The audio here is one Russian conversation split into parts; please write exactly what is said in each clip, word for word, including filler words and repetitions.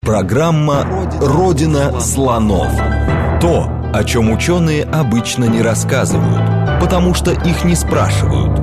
Программа «Родина слонов». То, о чем ученые обычно не рассказывают, потому что их не спрашивают.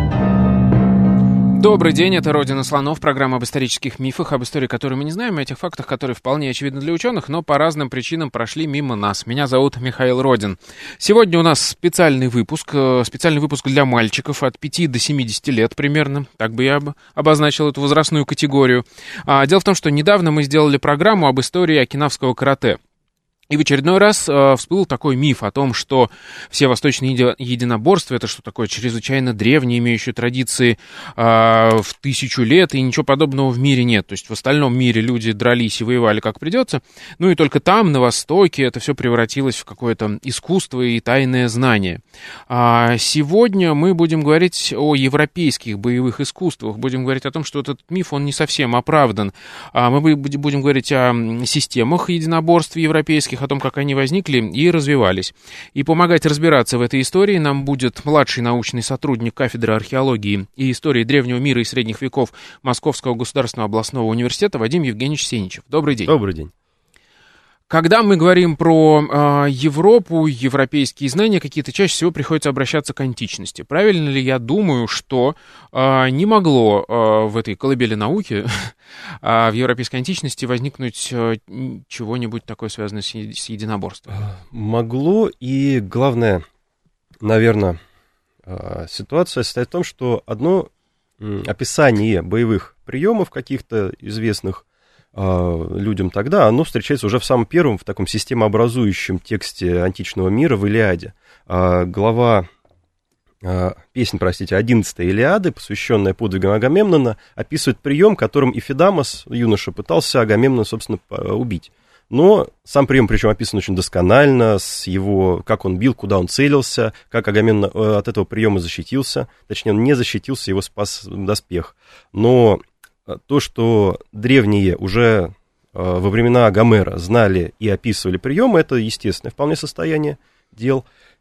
Добрый день, это «Родина слонов», программа об исторических мифах, об истории, которую мы не знаем, и о тех фактах, которые вполне очевидны для ученых, но по разным причинам прошли мимо нас. Меня зовут Михаил Родин. Сегодня у нас специальный выпуск, специальный выпуск для мальчиков от пяти до семидесяти лет примерно, так бы я обозначил эту возрастную категорию. Дело в том, что недавно мы сделали программу об истории окинавского карате. И в очередной раз э, всплыл такой миф о том, что все восточные еди- единоборства — это что такое чрезвычайно древнее, имеющее традиции э, в тысячу лет, и ничего подобного в мире нет. То есть в остальном мире люди дрались и воевали как придется, ну и только там, на Востоке, это все превратилось в какое-то искусство и тайное знание. А сегодня мы будем говорить о европейских боевых искусствах, будем говорить о том, что этот миф, он не совсем оправдан. А мы будем говорить о системах единоборств европейских, о том, как они возникли и развивались. И помогать разбираться в этой истории нам будет младший научный сотрудник кафедры археологии и истории древнего мира и средних веков Московского государственного областного университета Вадим Евгеньевич Сеничев. Добрый день. Добрый день. Когда мы говорим про э, Европу, европейские знания какие-то, чаще всего приходится обращаться к античности. Правильно ли я думаю, что э, не могло э, в этой колыбели науки э, в европейской античности возникнуть э, чего-нибудь такое, связанное с, е- с единоборством? Могло, и главное, наверное, э, ситуация состоит в том, что одно э, описание боевых приемов каких-то известных людям тогда, оно встречается уже в самом первом, в таком системообразующем тексте античного мира в Илиаде. Глава, песнь, простите, одиннадцатая Илиады, посвященная подвигам Агамемнона, описывает прием, которым Ифидамос, юноша, пытался Агамемнона, собственно, убить. Но сам прием, причем, описан очень досконально, с его, как он бил, куда он целился, как Агамемнон от этого приема защитился, точнее, он не защитился, его спас доспех. Но то, что древние уже э, во времена Гомера знали и описывали приемы, это естественное вполне состояние дел.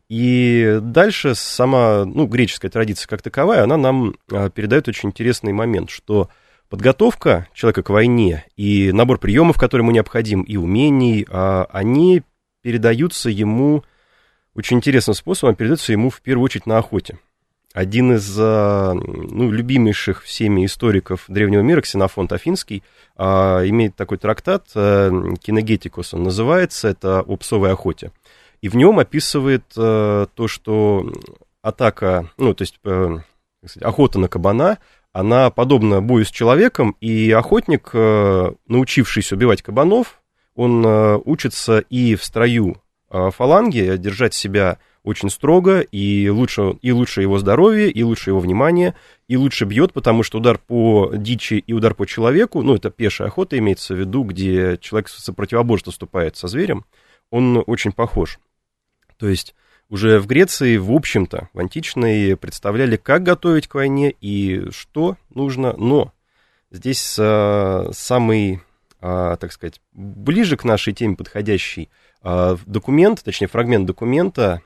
И дальше сама, ну, греческая традиция как таковая, она нам э, передает очень интересный момент, что подготовка человека к войне и набор приемов, который ему необходим, и умений, э, они передаются ему очень интересным способом, передаются ему в первую очередь на охоте. Один из ну, любимейших всеми историков древнего мира, Ксенофонт Афинский, имеет такой трактат «Кинегетикус», он называется, это о псовой охоте. И в нем описывает то, что атака, ну, то есть охота на кабана, она подобна бою с человеком, и охотник, научившийся убивать кабанов, он учится и в строю фаланги держать себя очень строго, и лучше, и лучше его здоровье, и лучше его внимание, и лучше бьет, потому что удар по дичи и удар по человеку, ну, это пешая охота имеется в виду, где человек в противоборство вступает со зверем, он очень похож. То есть уже в Греции, в общем-то, в античной представляли, как готовить к войне и что нужно, но здесь а, самый, а, так сказать, ближе к нашей теме подходящий а, документ, точнее, фрагмент документа,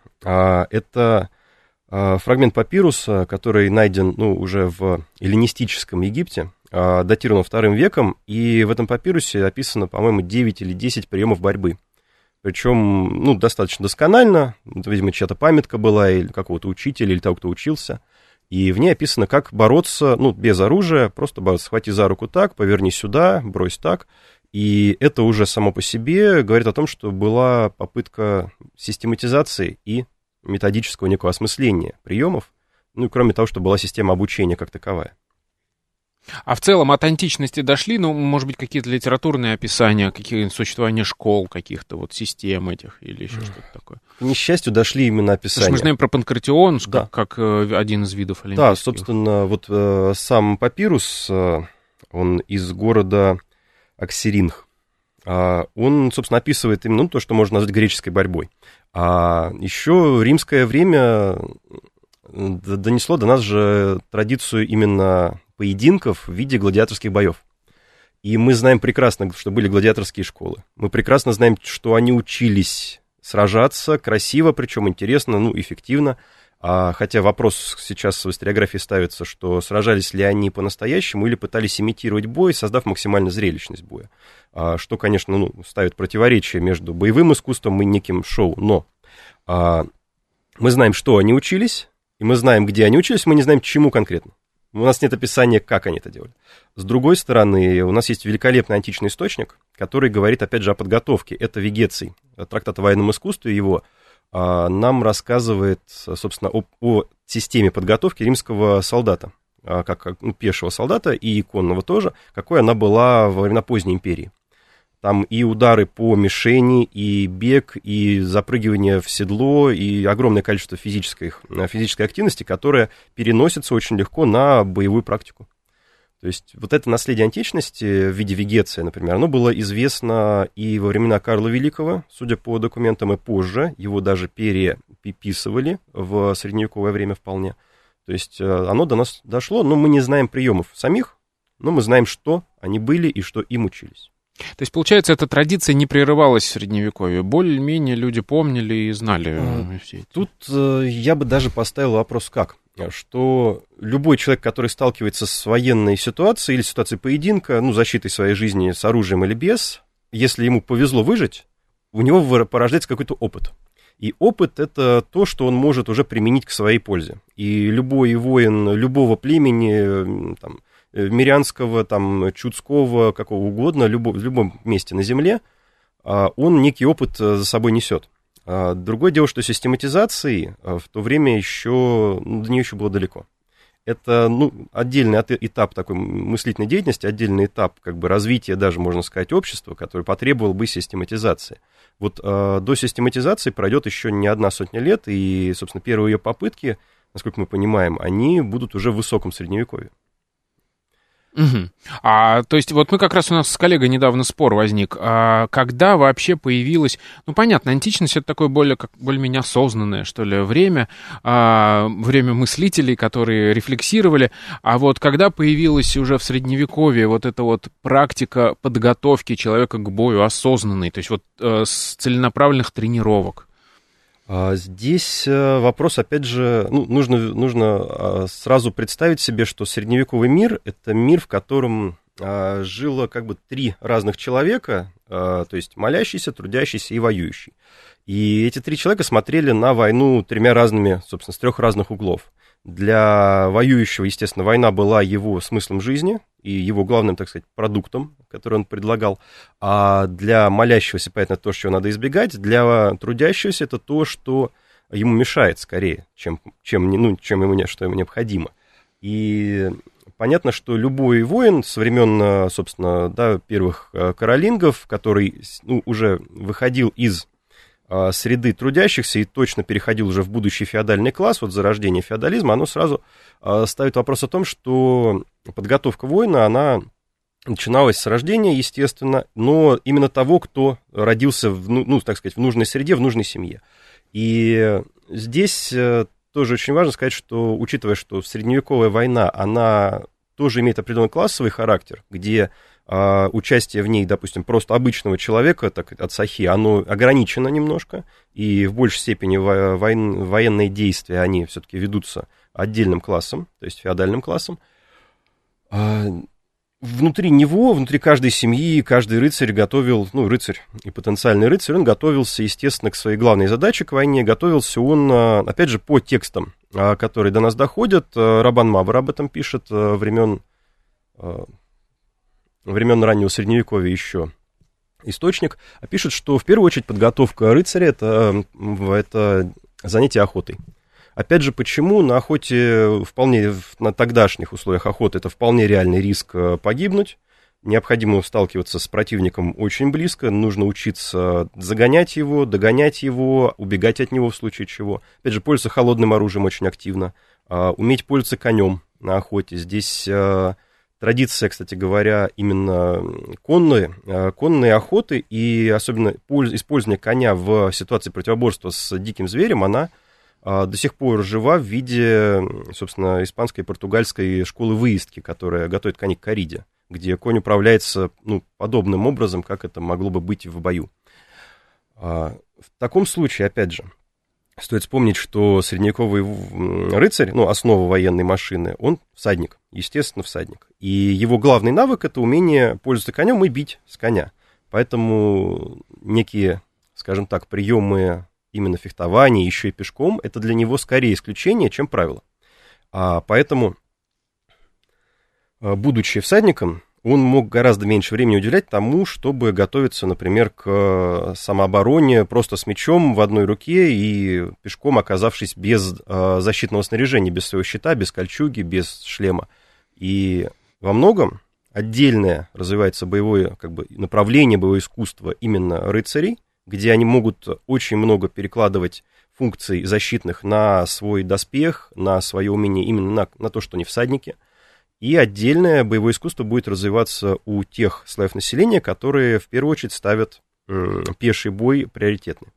это фрагмент папируса, который найден, ну, уже в эллинистическом Египте, датирован вторым веком, и в этом папирусе описано, по-моему, девять или десять приемов борьбы. Причем, ну, достаточно досконально, видимо, чья-то памятка была, или какого-то учителя, или того, кто учился, и в ней описано, как бороться, ну, без оружия, просто схвати за руку так, поверни сюда, брось так. И это уже само по себе говорит о том, что была попытка систематизации и методического некого осмысления приемов, ну и кроме того, что была система обучения как таковая. А в целом от античности дошли, ну, может быть, какие-то литературные описания, какие-то существования школ, каких-то вот систем этих или еще что-то такое? К несчастью, дошли именно описания. Слушай, мы знаем про Панкратион, да. как, как один из видов олимпийских. Да, собственно, вот э, сам папирус, э, он из города Аксиринх. Он, собственно, описывает именно ну, то, что можно назвать греческой борьбой. А еще римское время донесло до нас же традицию именно поединков в виде гладиаторских боев. И мы знаем прекрасно, что были гладиаторские школы. Мы прекрасно знаем, что они учились сражаться красиво, причем интересно, ну, эффективно. А, хотя вопрос сейчас в историографии ставится, что сражались ли они по-настоящему или пытались имитировать бой, создав максимальную зрелищность боя. А, что, конечно, ну, ставит противоречие между боевым искусством и неким шоу. Но а, мы знаем, что они учились, и мы знаем, где они учились, мы не знаем, чему конкретно. У нас нет описания, как они это делали. С другой стороны, у нас есть великолепный античный источник, который говорит, опять же, о подготовке. Это Вегеций, трактат о военном искусстве его, нам рассказывает, собственно, о, о системе подготовки римского солдата, как ну, пешего солдата и конного тоже, какой она была во времена поздней империи. Там и удары по мишени, и бег, и запрыгивание в седло, и огромное количество физической, физической активности, которая переносится очень легко на боевую практику. То есть вот это наследие античности в виде Вегеция, например, оно было известно и во времена Карла Великого, судя по документам, и позже. Его даже переписывали в средневековое время вполне. То есть оно до нас дошло, но мы не знаем приемов самих, но мы знаем, что они были и что им учились. То есть, получается, эта традиция не прерывалась в Средневековье? Более-менее люди помнили и знали а, все эти... Тут э, я бы даже поставил вопрос как? Что любой человек, который сталкивается с военной ситуацией или ситуацией поединка, ну, защитой своей жизни с оружием или без, если ему повезло выжить, у него порождается какой-то опыт. И опыт — это то, что он может уже применить к своей пользе. И любой воин любого племени, там, мирянского, там, чудского, какого угодно, любо, в любом месте на земле, он некий опыт за собой несет. Другое дело, что систематизации в то время еще, ну, до нее еще было далеко. Это, ну, отдельный этап такой мыслительной деятельности, отдельный этап как бы развития даже, можно сказать, общества, который потребовал бы систематизации. Вот э, до систематизации пройдет еще не одна сотня лет, и, собственно, первые ее попытки, насколько мы понимаем, они будут уже в высоком средневековье. Угу. А, то есть вот мы как раз, у нас с коллегой недавно спор возник, а когда вообще появилась, ну понятно, античность — это такое более, как, более-менее осознанное, что ли, время, а, время мыслителей, которые рефлексировали, а вот когда появилась уже в Средневековье вот эта вот практика подготовки человека к бою осознанной, то есть вот э, с целенаправленных тренировок? Здесь вопрос, опять же, ну, нужно, нужно сразу представить себе, что средневековый мир — это мир, в котором жило как бы три разных человека, то есть молящийся, трудящийся и воюющий. И эти три человека смотрели на войну тремя разными, собственно, с трех разных углов. Для воюющего, естественно, война была его смыслом жизни и его главным, так сказать, продуктом, который он предлагал. А для молящегося, понятно, то, чего надо избегать. Для трудящегося это то, что ему мешает скорее, чем, чем, ну, чем ему, что ему необходимо. И понятно, что любой воин со времен, собственно, да, первых каролингов, который, ну, уже выходил из среды трудящихся и точно переходил уже в будущий феодальный класс, вот зарождение феодализма, оно сразу ставит вопрос о том, что подготовка воина, она начиналась с рождения, естественно, но именно того, кто родился, в, ну, так сказать, в нужной среде, в нужной семье. И здесь тоже очень важно сказать, что, учитывая, что средневековая война, она тоже имеет определенный классовый характер, где а, участие в ней, допустим, просто обычного человека, так, от сахи, оно ограничено немножко, и в большей степени во, войн, военные действия, они все-таки ведутся отдельным классом, то есть феодальным классом. А, внутри него, внутри каждой семьи, каждый рыцарь готовил, ну, рыцарь и потенциальный рыцарь, он готовился, естественно, к своей главной задаче, к войне. Готовился он, опять же, по текстам, которые до нас доходят. Рабан Мавр об этом пишет времен, времен раннего Средневековья еще источник. Пишет, что в первую очередь подготовка рыцаря — это, это занятие охотой. Опять же, почему на охоте, вполне, на тогдашних условиях охоты, это вполне реальный риск погибнуть. Необходимо сталкиваться с противником очень близко, нужно учиться загонять его, догонять его, убегать от него в случае чего. Опять же, пользоваться холодным оружием очень активно, уметь пользоваться конем на охоте. Здесь традиция, кстати говоря, именно конной, конной охоты и особенно использование коня в ситуации противоборства с диким зверем, она до сих пор жива в виде, собственно, испанской и португальской школы выездки, которая готовит коней к кориде, где конь управляется, ну, подобным образом, как это могло бы быть в бою. В таком случае, опять же, стоит вспомнить, что средневековый рыцарь, ну, основа военной машины, он всадник, естественно, всадник. И его главный навык — это умение пользоваться конем и бить с коня. Поэтому некие, скажем так, приемы именно фехтования, еще и пешком, это для него скорее исключение, чем правило. А поэтому, будучи всадником, он мог гораздо меньше времени уделять тому, чтобы готовиться, например, к самообороне просто с мечом в одной руке и пешком, оказавшись без э, защитного снаряжения, без своего щита, без кольчуги, без шлема. И во многом отдельное развивается боевое как бы, направление, боевое искусство именно рыцарей, где они могут очень много перекладывать функций защитных на свой доспех, на свое умение именно на, на то, что они всадники. И отдельное боевое искусство будет развиваться у тех слоев населения, которые в первую очередь ставят м, пеший бой приоритетный.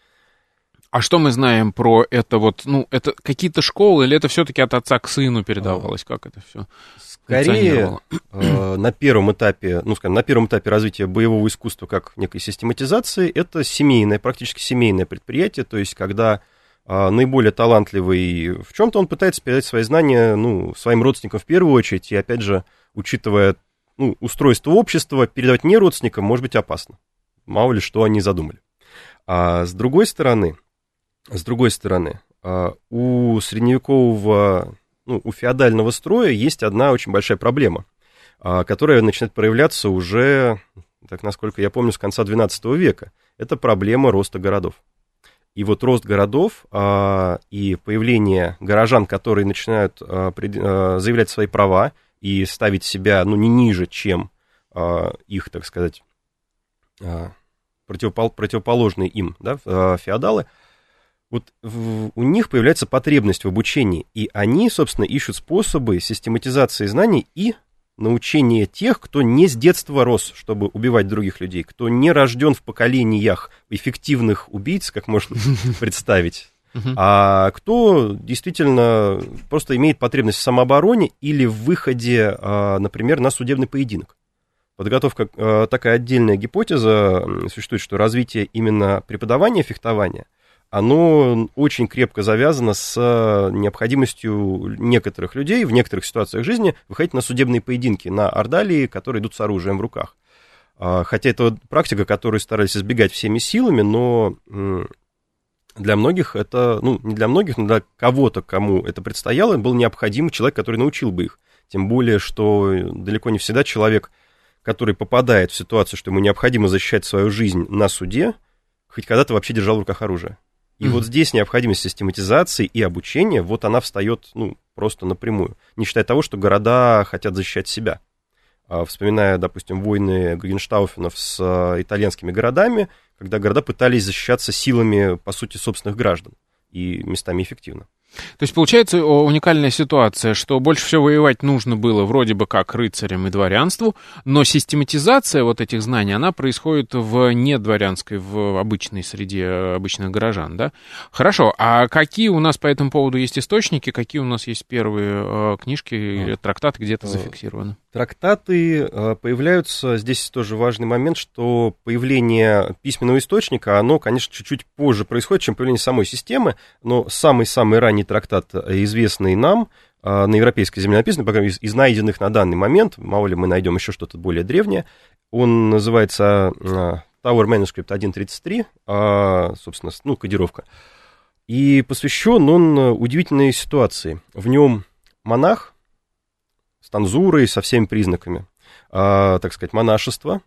А что мы знаем про это вот, ну, это какие-то школы, или это все-таки от отца к сыну передавалось, как это все? Скорее, э, на первом этапе, ну, скажем, на первом этапе развития боевого искусства как некой систематизации, это семейное, практически семейное предприятие, то есть когда э, наиболее талантливый в чем-то, он пытается передать свои знания, ну, своим родственникам в первую очередь, и, опять же, учитывая, ну, устройство общества, передавать не родственникам может быть опасно, мало ли что они задумали. А с другой стороны, с другой стороны, э, у средневекового... Ну, у феодального строя есть одна очень большая проблема, которая начинает проявляться уже, так насколько я помню, с конца двенадцатого века. Это проблема роста городов. И вот рост городов а, и появление горожан, которые начинают а, пред, а, заявлять свои права и ставить себя, ну, не ниже, чем а, их, так сказать, а, противопол, противоположные им, да, а, феодалы, вот в, у них появляется потребность в обучении, и они, собственно, ищут способы систематизации знаний и научения тех, кто не с детства рос, чтобы убивать других людей, кто не рожден в поколениях эффективных убийц, как можно представить, а кто действительно просто имеет потребность в самообороне или в выходе, например, на судебный поединок. Подготовка, такая отдельная гипотеза существует, что развитие именно преподавания фехтования, оно очень крепко завязано с необходимостью некоторых людей в некоторых ситуациях жизни выходить на судебные поединки, на ордалии, которые идут с оружием в руках. Хотя это практика, которую старались избегать всеми силами, но для многих это, ну, не для многих, но для кого-то, кому это предстояло, был необходим человек, который научил бы их. Тем более, что далеко не всегда человек, который попадает в ситуацию, что ему необходимо защищать свою жизнь на суде, хоть когда-то вообще держал в руках оружие. И mm-hmm. вот здесь необходимость систематизации и обучения, вот она встает, ну, просто напрямую. Не считая того, что города хотят защищать себя. А, вспоминая, допустим, войны Гогенштауфенов с а, итальянскими городами, когда города пытались защищаться силами, по сути, собственных граждан. И местами эффективно. То есть получается уникальная ситуация, что больше всего воевать нужно было вроде бы как рыцарям и дворянству, но систематизация вот этих знаний, она происходит в недворянской, в обычной среде обычных горожан, да? Хорошо, а какие у нас по этому поводу есть источники, какие у нас есть первые э, книжки или трактаты где-то зафиксированы? Трактаты появляются, здесь тоже важный момент, что появление письменного источника, оно, конечно, чуть-чуть позже происходит, чем появление самой системы, но самый-самый ранний трактат, известный нам, на европейской земле написан, по крайней мере, из найденных на данный момент, мало ли мы найдем еще что-то более древнее, он называется Tower Manuscript один тридцать три, собственно, ну, кодировка, и посвящен он удивительной ситуации. В нем монах, с танзурой, со всеми признаками, э, так сказать, монашества,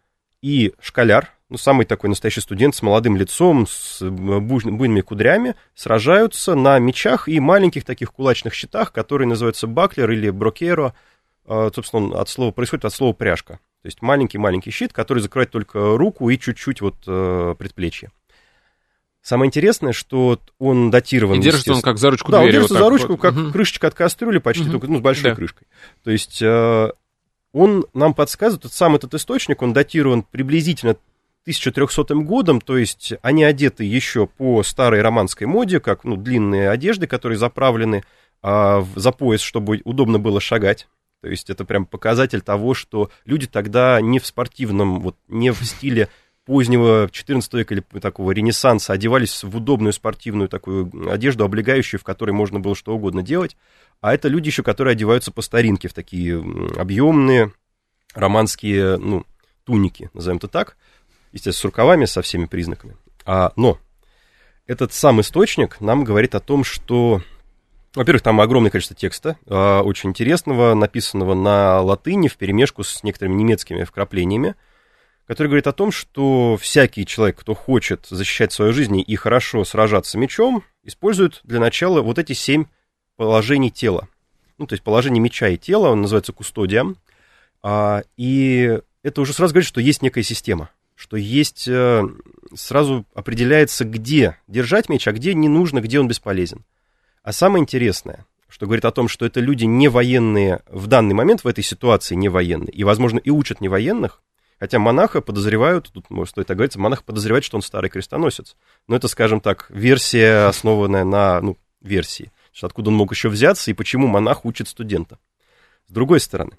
и школяр, ну, самый такой настоящий студент с молодым лицом, с буйными кудрями, сражаются на мечах и маленьких таких кулачных щитах, которые называются баклер или брокеро, э, собственно, он от слова, происходит от слова пряжка, то есть маленький-маленький щит, который закрывает только руку и чуть-чуть вот э, предплечье. Самое интересное, что он датирован... И держится он как за ручку да, двери. Да, он держится вот за ручку, вот. как угу. крышечка от кастрюли, почти угу. только, ну, с большой да. крышкой. То есть э, он нам подсказывает, вот сам этот источник, он датирован приблизительно тысяча трехсотым годом, то есть они одеты еще по старой романской моде, как, ну, длинные одежды, которые заправлены э, за пояс, чтобы удобно было шагать. То есть это прям показатель того, что люди тогда не в спортивном, вот, не в стиле позднего четырнадцатого века или такого ренессанса одевались в удобную спортивную такую одежду, облегающую, в которой можно было что угодно делать. А это люди еще, которые одеваются по старинке в такие объемные романские, ну, туники, назовем это так, естественно, с рукавами, со всеми признаками. А, но этот сам источник нам говорит о том, что, во-первых, там огромное количество текста, а, очень интересного, написанного на латыни вперемешку с некоторыми немецкими вкраплениями, который говорит о том, что всякий человек, кто хочет защищать свою жизнь и хорошо сражаться мечом, использует для начала вот эти семь положений тела. Ну, то есть положение меча и тела, он называется кустодием. А, и это уже сразу говорит, что есть некая система, что есть, сразу определяется, где держать меч, а где не нужно, где он бесполезен. А самое интересное, что говорит о том, что это люди не военные в данный момент, в этой ситуации не военные, и, возможно, и учат не военных, хотя монаха подозревают, тут, может, стоит так говорить, монах подозревает, что он старый крестоносец. Но это, скажем так, версия, основанная на, ну, версии, что откуда он мог еще взяться и почему монах учит студента. С другой стороны,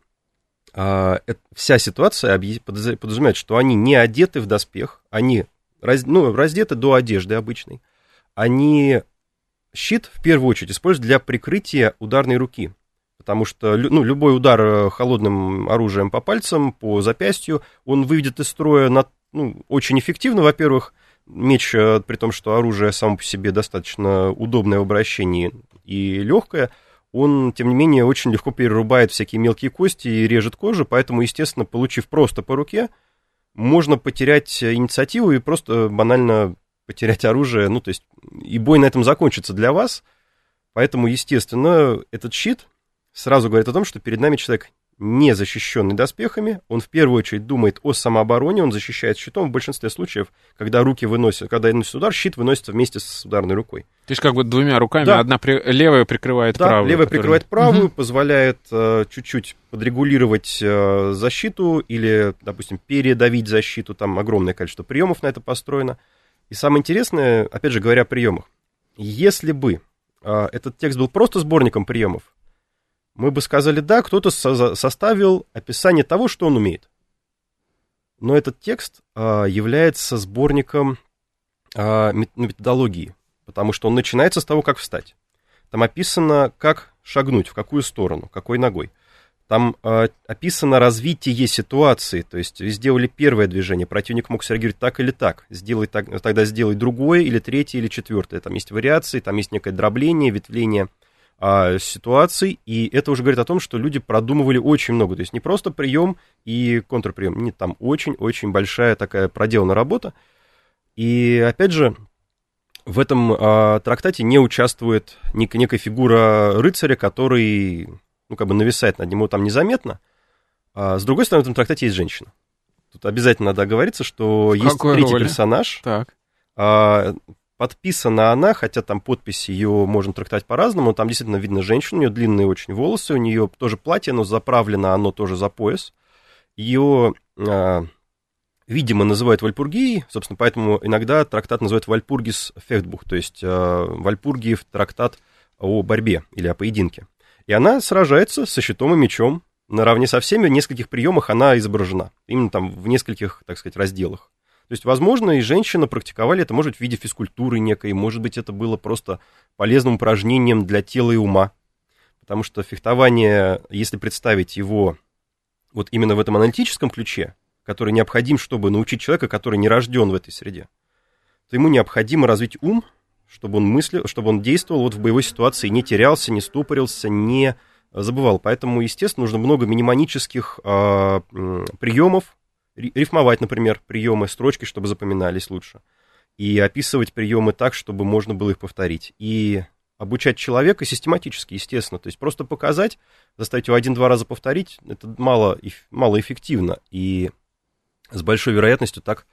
вся ситуация подразумевает, что они не одеты в доспех, они раз, ну, раздеты до одежды обычной, они щит в первую очередь используют для прикрытия ударной руки, потому что, ну, любой удар холодным оружием по пальцам, по запястью, он выведет из строя на, ну, очень эффективно, во-первых, меч, при том, что оружие само по себе достаточно удобное в обращении и легкое, он, тем не менее, очень легко перерубает всякие мелкие кости и режет кожу, поэтому, естественно, получив просто по руке, можно потерять инициативу и просто банально потерять оружие, ну, то есть и бой на этом закончится для вас, поэтому, естественно, этот щит сразу говорит о том, что перед нами человек не защищенный доспехами, он в первую очередь думает о самообороне, он защищает щитом в большинстве случаев, когда руки выносят, когда наносит удар, щит выносится вместе с ударной рукой. То есть как бы двумя руками, да. одна при... левая прикрывает да, правую. левая которая... прикрывает правую, угу. позволяет э, чуть-чуть подрегулировать э, защиту или, допустим, передавить защиту, там огромное количество приемов на это построено. И самое интересное, опять же говоря о приемах, если бы э, этот текст был просто сборником приемов, мы бы сказали, да, кто-то со- составил описание того, что он умеет. Но этот текст а, является сборником а, методологии, потому что он начинается с того, как встать. Там описано, как шагнуть, в какую сторону, какой ногой. Там а, описано развитие ситуации, то есть сделали первое движение, противник мог среагировать так или так, сделай так, тогда сделай другое, или третье, или четвертое. Там есть вариации, там есть некое дробление, ветвление ситуаций, и это уже говорит о том, что люди продумывали очень много, то есть не просто прием и контрприем, нет, там очень-очень большая такая проделана работа, и опять же, в этом а, трактате не участвует нек- некая фигура рыцаря, который, ну, как бы нависает над ним, там незаметно, а с другой стороны, в этом трактате есть женщина. Тут обязательно надо оговориться, что есть Какой третий роли? персонаж, Так. а, подписана она, хотя там подпись ее можно трактовать по-разному, там действительно видно женщину, у нее длинные очень волосы, у нее тоже платье, но заправлено оно тоже за пояс. Ее, а, видимо, называют Вальпургией, собственно, поэтому иногда трактат называют Вальпургис Фехтбух, то есть а, Вальпургиев трактат о борьбе или о поединке. И она сражается со щитом и мечом, наравне со всеми, в нескольких приемах она изображена, именно там в нескольких, так сказать, разделах. То есть, возможно, и женщины практиковали это, может, в виде физкультуры некой, может быть, это было просто полезным упражнением для тела и ума. Потому что фехтование, если представить его вот именно в этом аналитическом ключе, который необходим, чтобы научить человека, который не рожден в этой среде, то ему необходимо развить ум, чтобы он мыслил, чтобы он действовал вот в боевой ситуации, не терялся, не ступорился, не забывал. Поэтому, естественно, нужно много мнемонических э, приемов, рифмовать, например, приемы, строчки, чтобы запоминались лучше, и описывать приемы так, чтобы можно было их повторить, и обучать человека систематически, естественно, то есть просто показать, заставить его один-два раза повторить, это мало, малоэффективно, и с большой вероятностью так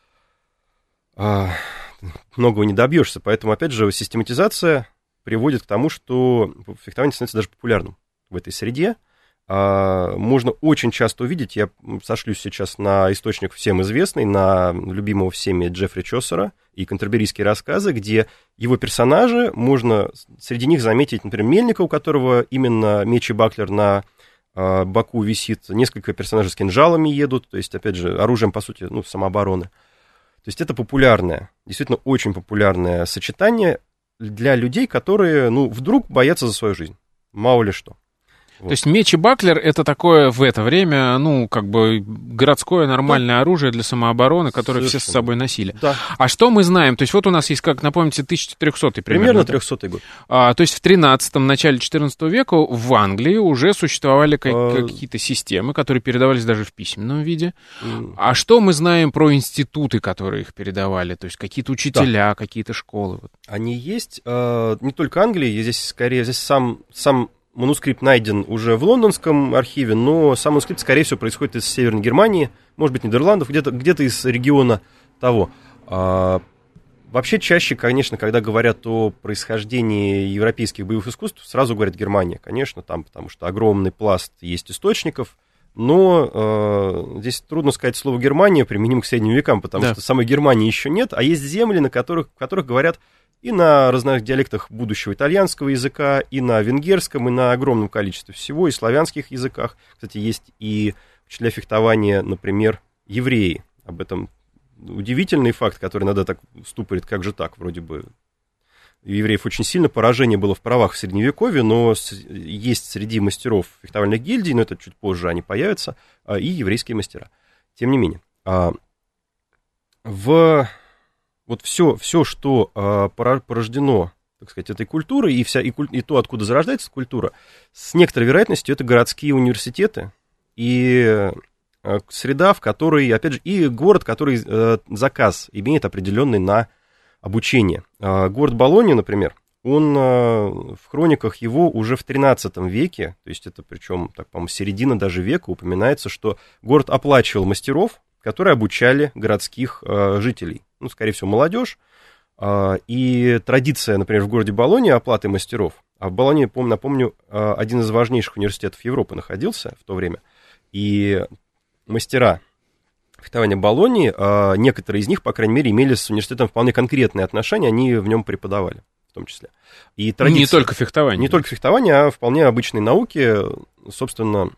а, многого не добьешься, поэтому, опять же, систематизация приводит к тому, что фехтование становится даже популярным в этой среде. Можно очень часто увидеть, я сошлюсь сейчас на источник всем известный, на любимого всеми Джеффри Чосера и кантерберийские рассказы, где его персонажи, можно среди них заметить, например, Мельника, у которого именно меч и баклер на э, боку висит, несколько персонажей с кинжалами едут, то есть, опять же, оружием, по сути, ну, самообороны. То То есть это популярное, действительно очень популярное сочетание для людей, которые, ну, вдруг боятся за свою жизнь. Мало ли что. Вот. То есть меч и баклер — это такое в это время, ну, как бы городское нормальное да. оружие для самообороны, которое Совершенно. все с собой носили. Да. А что мы знаем? То есть вот у нас есть, как напомните, тысяча трехсотый примерно. Примерно трехсотый год. А, то есть в тринадцатом, начале четырнадцатого века в Англии уже существовали как, а... какие-то системы, которые передавались даже в письменном виде. Mm. А что мы знаем про институты, которые их передавали? То есть какие-то учителя, да. какие-то школы? Они есть. А, не только Англии, здесь скорее, здесь сам... сам манускрипт найден уже в лондонском архиве, но сам манускрипт, скорее всего, происходит из Северной Германии, может быть, Нидерландов, где-то, где-то из региона того. А, вообще, чаще, конечно, когда говорят о происхождении европейских боевых искусств, сразу говорят Германия, конечно, там, потому что огромный пласт есть источников, но а, здесь трудно сказать слово «Германия» применимо к средним векам, потому да. что самой Германии еще нет, а есть земли, на которых, в которых говорят и на разных диалектах будущего итальянского языка, и на венгерском, и на огромном количестве всего, и славянских языках. Кстати, есть и учителя фехтования, например, евреи. Об этом удивительный факт, который иногда так ступорит, как же так, вроде бы. У евреев очень сильно поражение было в правах в Средневековье, но есть среди мастеров фехтовальных гильдий, но это чуть позже они появятся, и еврейские мастера. Тем не менее, в... Вот все, все, что а, порождено, так сказать, этой культурой, и, вся, и, куль, и то, откуда зарождается культура, с некоторой вероятностью это городские университеты и а, среда, в которой, опять же, и город, который а, заказ имеет определенный на обучение. А, город Болонья, например, он а, в хрониках его уже в тринадцатом веке, то есть это причем, так, по-моему, середина даже века, упоминается, что город оплачивал мастеров, которые обучали городских а, жителей. Ну, скорее всего, молодежь, и традиция, например, в городе Болонья оплаты мастеров, а в Болонье, помню, напомню, один из важнейших университетов Европы находился в то время, и мастера фехтования Болоньи, некоторые из них, по крайней мере, имели с университетом вполне конкретные отношения, они в нем преподавали, в том числе. И традиция, не только фехтование. Не только фехтование, а вполне обычные науки, собственно,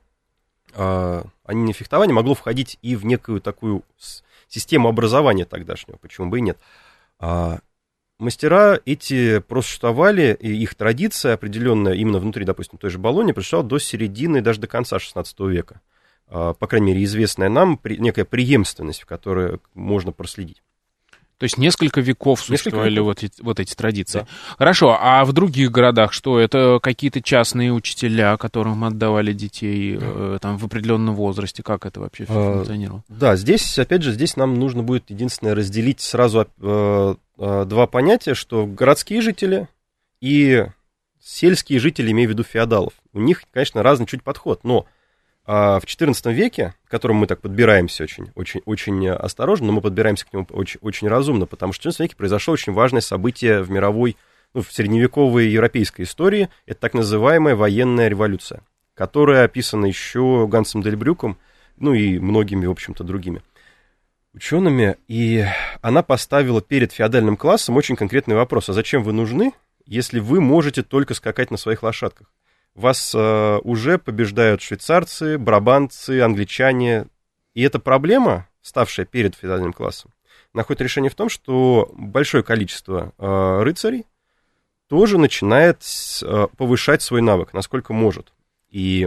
они не фехтование, могло входить и в некую такую систему образования тогдашнего, почему бы и нет. А мастера эти просуществовали, и их традиция определенная именно внутри, допустим, той же Болоньи, пришла до середины, даже до конца шестнадцатого века. А, по крайней мере, известная нам при, некая преемственность, в которой можно проследить. То есть несколько веков существовали несколько веков. Вот, вот эти традиции. Да. Хорошо, а в других городах что? Это какие-то частные учителя, которым отдавали детей э, там, в определенном возрасте? Как это вообще а, функционировало? Да, здесь, опять же, здесь нам нужно будет единственное разделить сразу э, э, два понятия, что городские жители и сельские жители, имею в виду феодалов. У них, конечно, разный чуть подход, но в четырнадцатом веке, к которому мы так подбираемся очень, очень, очень осторожно, но мы подбираемся к нему очень, очень разумно, потому что в четырнадцатом веке произошло очень важное событие в мировой, ну, в средневековой европейской истории, это так называемая военная революция, которая описана еще Гансом дель Брюком, ну и многими, в общем-то, другими учеными, и она поставила перед феодальным классом очень конкретный вопрос: а зачем вы нужны, если вы можете только скакать на своих лошадках? Вас э, уже побеждают швейцарцы, брабантцы, англичане. И эта проблема, ставшая перед феодальным классом, находит решение в том, что большое количество э, рыцарей тоже начинает э, повышать свой навык, насколько может. И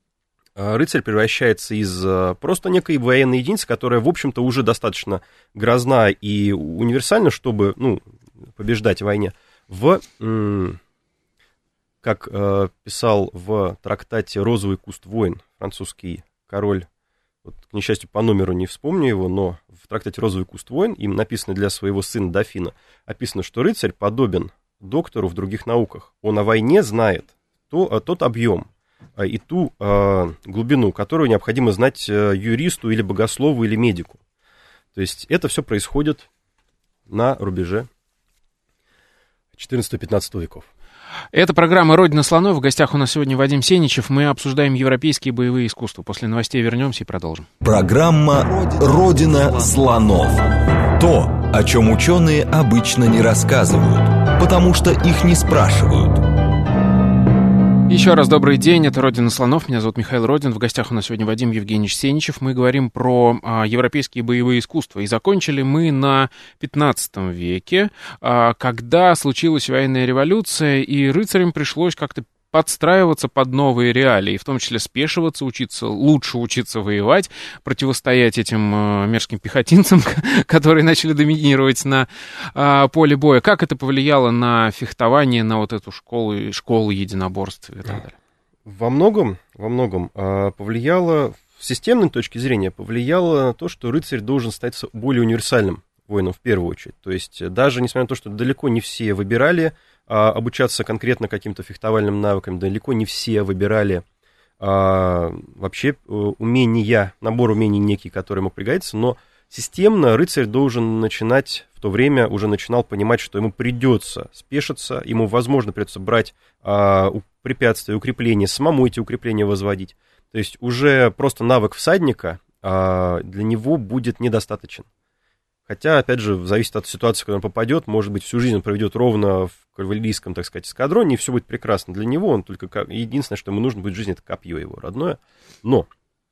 э, рыцарь превращается из э, просто некой военной единицы, которая, в общем-то, уже достаточно грозна и универсальна, чтобы, ну, побеждать в войне, в... М- как э, писал в трактате «Розовый куст войн» французский король, вот, к несчастью, по номеру не вспомню его, но в трактате «Розовый куст войн», им написано для своего сына дофина, описано, что рыцарь подобен доктору в других науках. Он о войне знает то, тот объем и ту э, глубину, которую необходимо знать юристу или богослову или медику. То есть это все происходит на рубеже четырнадцатого-пятнадцатого веков. Это программа «Родина слонов». В гостях у нас сегодня Вадим Сеничев. Мы обсуждаем европейские боевые искусства. После новостей вернемся и продолжим. Программа «Родина слонов». То, о чем ученые обычно не рассказывают, потому что их не спрашивают. Еще раз добрый день, это «Родина слонов», меня зовут Михаил Родин, в гостях у нас сегодня Вадим Евгеньевич Сеничев. Мы говорим про а, европейские боевые искусства, и закончили мы на пятнадцатом веке, а, когда случилась военная революция, и рыцарям пришлось как-то подстраиваться под новые реалии, в том числе спешиваться, учиться, лучше учиться воевать, противостоять этим э, мерзким пехотинцам, которые начали доминировать на э, поле боя. Как это повлияло на фехтование, на вот эту школу, школу единоборств и так далее? Во многом, во многом э, повлияло, с системной точки зрения, повлияло на то, что рыцарь должен стать более универсальным воином в первую очередь. То есть даже несмотря на то, что далеко не все выбирали а, обучаться конкретно каким-то фехтовальным навыкам, далеко не все выбирали а, вообще умения, набор умений некий, который мог пригодиться, но системно рыцарь должен начинать, в то время уже начинал понимать, что ему придется спешиться, ему, возможно, придется брать а, препятствия, укрепления, самому эти укрепления возводить. То есть уже просто навык всадника а, для него будет недостаточен. Хотя, опять же, зависит от ситуации, куда он попадет. Может быть, всю жизнь он проведет ровно в кавалерийском, так сказать, эскадроне, и все будет прекрасно для него. Он только единственное, что ему нужно будет в жизни, это копье его родное. Но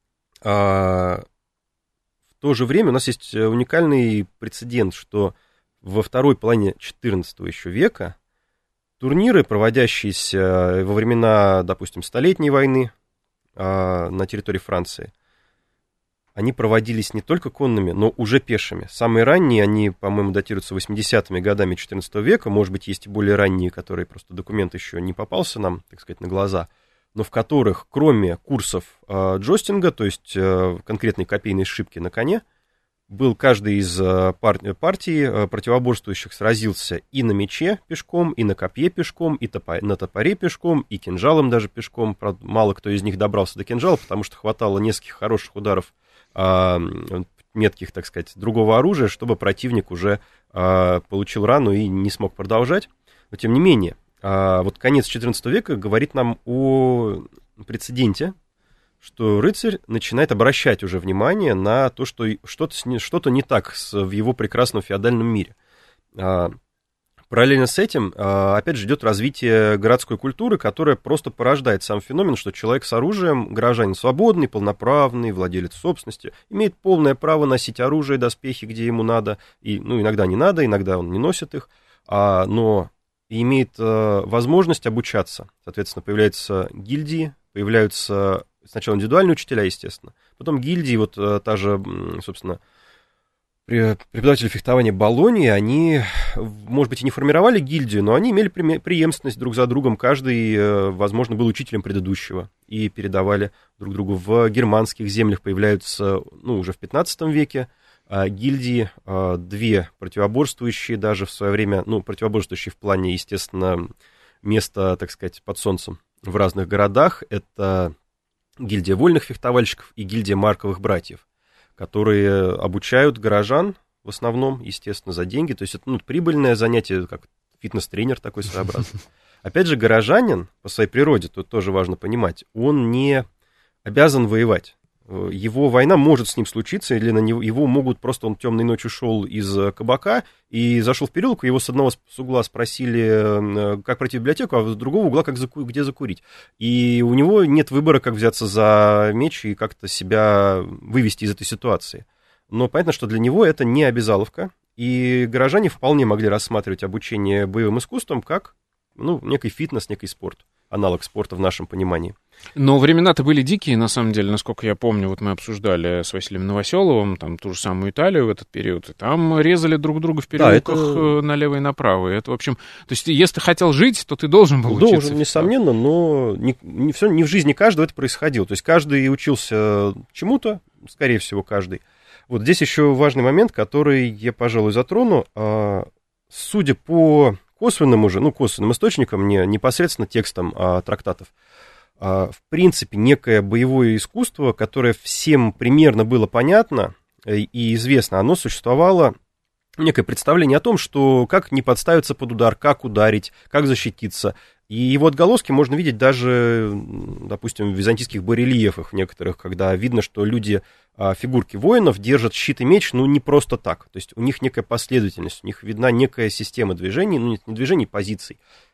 а, в то же время у нас есть уникальный прецедент, что во второй половине четырнадцатого еще века турниры, проводящиеся во времена, допустим, Столетней войны а, на территории Франции, они проводились не только конными, но уже пешими. Самые ранние, они, по-моему, датируются восьмидесятыми годами четырнадцатого века, может быть, есть и более ранние, которые просто документ еще не попался нам, так сказать, на глаза, но в которых, кроме курсов э, джостинга, то есть э, конкретной копейной сшибки на коне, был каждый из э, пар- партий э, противоборствующих сразился и на мече пешком, и на копье пешком, и топо- на топоре пешком, и кинжалом даже пешком. Правда, мало кто из них добрался до кинжала, потому что хватало нескольких хороших ударов метких, так сказать, другого оружия, чтобы противник уже а, получил рану и не смог продолжать. Но, тем не менее, а, вот конец четырнадцатого века говорит нам о прецеденте, что рыцарь начинает обращать уже внимание на то, что что-то, что-то не так с, в его прекрасном феодальном мире. А, Параллельно с этим, опять же, идет развитие городской культуры, которая просто порождает сам феномен, что человек с оружием, горожанин свободный, полноправный, владелец собственности, имеет полное право носить оружие, доспехи, где ему надо, и, ну, иногда не надо, иногда он не носит их, а, но имеет а, возможность обучаться. Соответственно, появляются гильдии, появляются сначала индивидуальные учителя, естественно, потом гильдии, вот а, та же, собственно, преподаватели фехтования Болонии, они, может быть, и не формировали гильдию, но они имели преемственность друг за другом. Каждый, возможно, был учителем предыдущего и передавали друг другу. В германских землях появляются, ну, уже в пятнадцатом веке гильдии, две противоборствующие даже в свое время, ну, противоборствующие в плане, естественно, места, так сказать, под солнцем в разных городах. Это гильдия вольных фехтовальщиков и гильдия Марковых братьев, которые обучают горожан, в основном, естественно, за деньги. То есть это, ну, прибыльное занятие, как фитнес-тренер такой своеобразный. Опять же, горожанин по своей природе, тут тоже важно понимать, он не обязан воевать. Его война может с ним случиться, или на него, его могут просто, он темной ночью шел из кабака и зашел в переулок, его с одного с угла спросили, как пройти в библиотеку, а с другого угла, как заку, где закурить. И у него нет выбора, как взяться за меч и как-то себя вывести из этой ситуации. Но понятно, что для него это не обязаловка, и горожане вполне могли рассматривать обучение боевым искусствам как, ну, некий фитнес, некий спорт, аналог спорта в нашем понимании. Но времена-то были дикие, на самом деле, насколько я помню, вот мы обсуждали с Василием Новоселовым там ту же самую Италию в этот период, и там резали друг друга в переулках, да, это... налево и направо. Это, в общем, то есть, если ты хотел жить, то ты должен был должен, учиться. Должен, несомненно, но не, не, все, не в жизни каждого это происходило. То есть, каждый учился чему-то, скорее всего, каждый. Вот здесь еще важный момент, который я, пожалуй, затрону. Судя по косвенным уже, ну, косвенным источникам, не непосредственно текстам а, трактатов, а, в принципе, некое боевое искусство, которое всем примерно было понятно и известно, оно существовало, некое представление о том, что как не подставиться под удар, как ударить, как защититься. И его отголоски можно видеть даже, допустим, в византийских барельефах некоторых, когда видно, что люди, фигурки воинов, держат щит и меч, ну, не просто так. То есть у них некая последовательность, у них видна некая система движений, ну, не движений, позиций.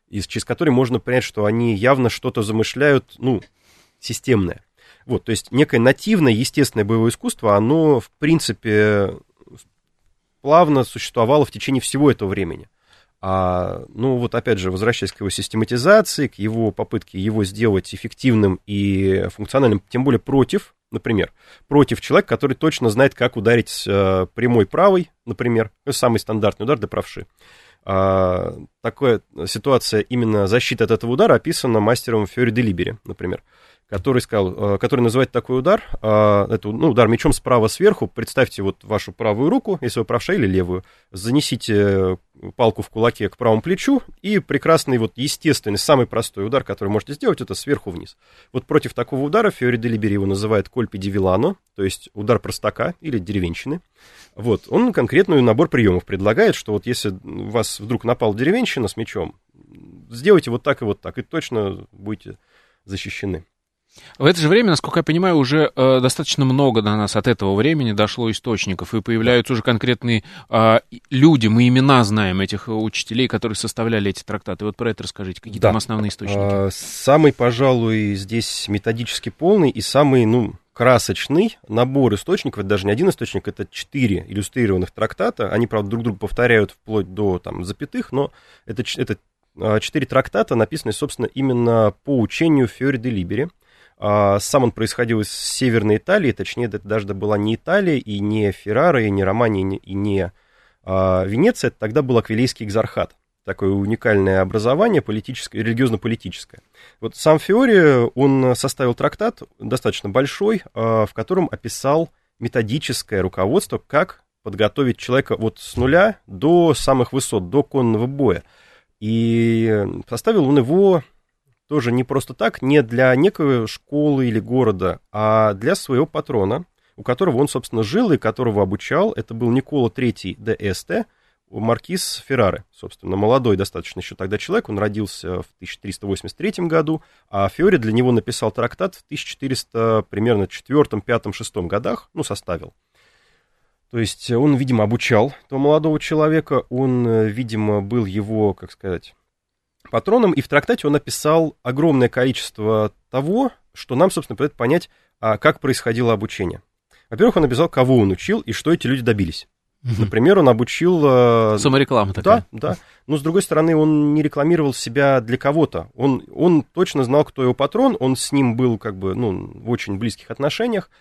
из, через который можно понять, что они явно что-то замышляют, ну, системное. Вот, то есть некое нативное, естественное боевое искусство, оно, в принципе, плавно существовало в течение всего этого времени. А, ну, вот опять же, возвращаясь к его систематизации, к его попытке его сделать эффективным и функциональным, тем более против, например, против человека, который точно знает, как ударить э, прямой правой, например, самый стандартный удар для правши. А, такая ситуация, именно защита от этого удара, описана мастером Фьори де Либери, например, который сказал, который называет такой удар, это, ну, удар мечом справа сверху. Представьте вот вашу правую руку, если вы правша, или левую, занесите палку в кулаке к правому плечу, и прекрасный, вот естественный, самый простой удар, который можете сделать, это сверху вниз. Вот против такого удара Фьори де Либери его называет кольпи ди вилано, то есть удар простака или деревенщины. Вот, он конкретный набор приемов предлагает, что вот если у вас вдруг напал деревенщина с мечом, сделайте вот так и вот так, и точно будете защищены. В это же время, насколько я понимаю, уже э, достаточно много до нас от этого времени дошло источников, и появляются уже конкретные э, люди, мы имена знаем этих учителей, которые составляли эти трактаты. Вот про это расскажите, какие да. там основные источники. А, самый, пожалуй, здесь методически полный и самый, ну, красочный набор источников, это даже не один источник, это четыре иллюстрированных трактата, они, правда, друг друга повторяют вплоть до там, запятых, но это, это четыре трактата, написанные, собственно, именно по учению Фьори де Либери. Сам он происходил из Северной Италии, точнее, это даже была не Италия, и не Феррара, и не Романия, и не, и не а, Венеция, это тогда был Аквилейский экзархат, такое уникальное образование, политическое, религиозно-политическое. Вот сам Фьори, он составил трактат, достаточно большой, а, в котором описал методическое руководство, как подготовить человека вот с нуля до самых высот, до конного боя. И составил он его... тоже не просто так, не для некой школы или города, а для своего патрона, у которого он, собственно, жил и которого обучал. Это был Никола третий де Эсте, маркиз Феррары, собственно, молодой достаточно еще тогда человек. Он родился в тысяча триста восемьдесят третьем году, а Фьори для него написал трактат в тысяча четыреста, примерно четвёртом, пятом, шестом годах, ну, составил. То есть он, видимо, обучал этого молодого человека, он, видимо, был его, как сказать... патроном, и в трактате он описал огромное количество того, что нам, собственно, позволяет понять, как происходило обучение. Во-первых, он описал, кого он учил и что эти люди добились. Угу. Например, он обучил... Самореклама такая. Да, да. Но, с другой стороны, он не рекламировал себя для кого-то. Он, он точно знал, кто его патрон, он с ним был как бы, ну, в очень близких отношениях,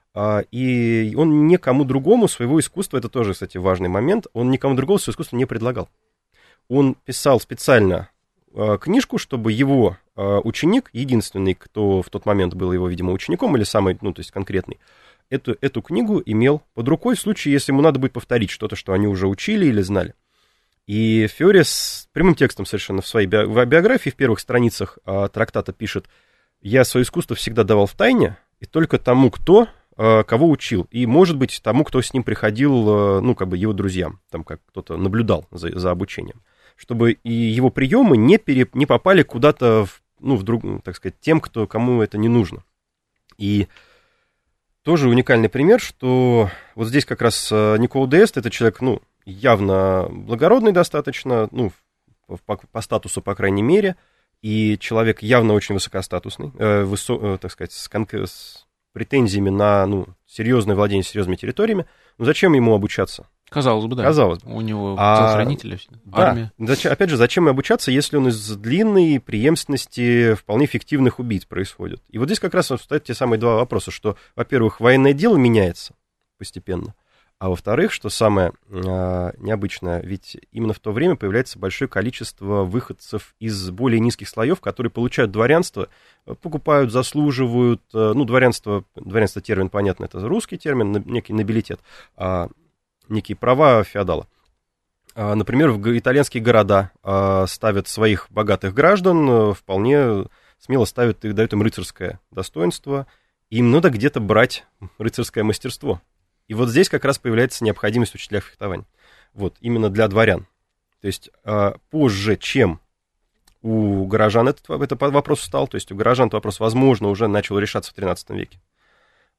и он никому другому своего искусства, это тоже, кстати, важный момент, он никому другому своего искусства не предлагал. Он писал специально книжку, чтобы его ученик, единственный, кто в тот момент был его, видимо, учеником, или самый, ну, то есть конкретный, эту, эту книгу имел под рукой в случае, если ему надо будет повторить что-то, что они уже учили или знали. И Фьори с прямым текстом совершенно в своей биографии, в первых страницах трактата пишет: «Я свое искусство всегда давал в тайне, и только тому, кто, кого учил, и, может быть, тому, кто с ним приходил, ну, как бы его друзьям, там, как кто-то наблюдал за, за обучением, чтобы и его приемы не, пере, не попали куда-то, в, ну, в друг, так сказать, тем, кто, кому это не нужно». И тоже уникальный пример, что вот здесь как раз Никола де Эсте, это человек, ну, явно благородный достаточно, ну, по, по статусу, по крайней мере, и человек явно очень высокостатусный, э, высо, э, так сказать, с, с претензиями на, ну, серьезное владение серьезными территориями. Ну, зачем ему обучаться? Казалось бы, да. Казалось бы. У него а, телохранители, да. армия. Зачем, опять же, зачем обучаться, если он из длинной преемственности вполне эффективных убийц происходит? И вот здесь как раз встают те самые два вопроса, что, во-первых, военное дело меняется постепенно, а во-вторых, что самое э, необычное, ведь именно в то время появляется большое количество выходцев из более низких слоев, которые получают дворянство, покупают, заслуживают, э, ну, дворянство, дворянство термин, понятно, это русский термин, некий нобилитет, а некие права феодала. А, например, в итальянские города а, ставят своих богатых граждан, вполне смело ставят их, дают им рыцарское достоинство, им надо где-то брать рыцарское мастерство. И вот здесь как раз появляется необходимость в учителях фехтования. Вот, именно для дворян. То есть позже, чем у горожан этот, этот вопрос встал, то есть у горожан этот вопрос, возможно, уже начал решаться в тринадцатом веке.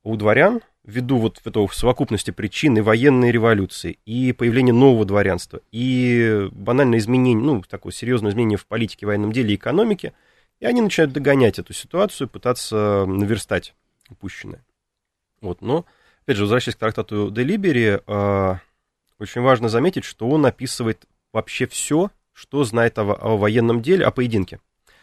у дворян, ввиду вот этого совокупности причин и военной революции, и появления нового дворянства, и банальное изменение, ну, такое серьезное изменение в политике, военном деле и экономике, и они начинают догонять эту ситуацию, пытаться наверстать упущенное. Вот, но, опять же, возвращаясь к трактату Де Либери, э, очень важно заметить, что он описывает вообще все, что знает о, о военном деле, о поединке.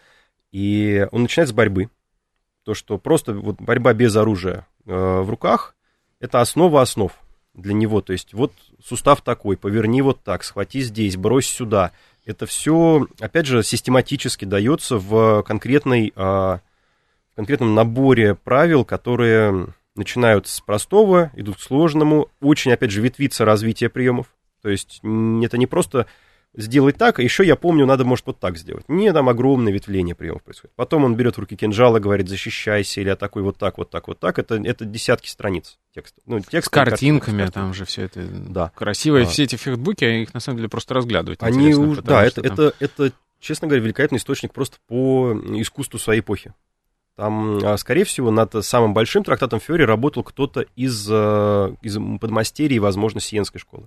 И он начинает с борьбы. То, что просто вот борьба без оружия э, в руках, это основа основ для него. То есть вот сустав такой, поверни вот так, схвати здесь, брось сюда. Это все, опять же, систематически дается в, конкретной, э, в конкретном наборе правил, которые начинают с простого, идут к сложному. Очень, опять же, ветвится развитие приемов. То есть это не просто... сделать так, а еще я помню, надо, может, вот так сделать. Не, там огромное ветвление приемов происходит. Потом он берет в руки кинжал и говорит, защищайся, или атакуй вот так, вот так, вот так. Это, это десятки страниц текста. Ну, текст, с картинками, картинки, там же все это да. красиво. И а. все эти фехтбуки, их на самом деле просто разглядывать Они уж, да, это, там... это, это, честно говоря, великолепный источник просто по искусству своей эпохи. Там, скорее всего, над самым большим трактатом Фьори работал кто-то из, из подмастерий, возможно, Сиенской школы.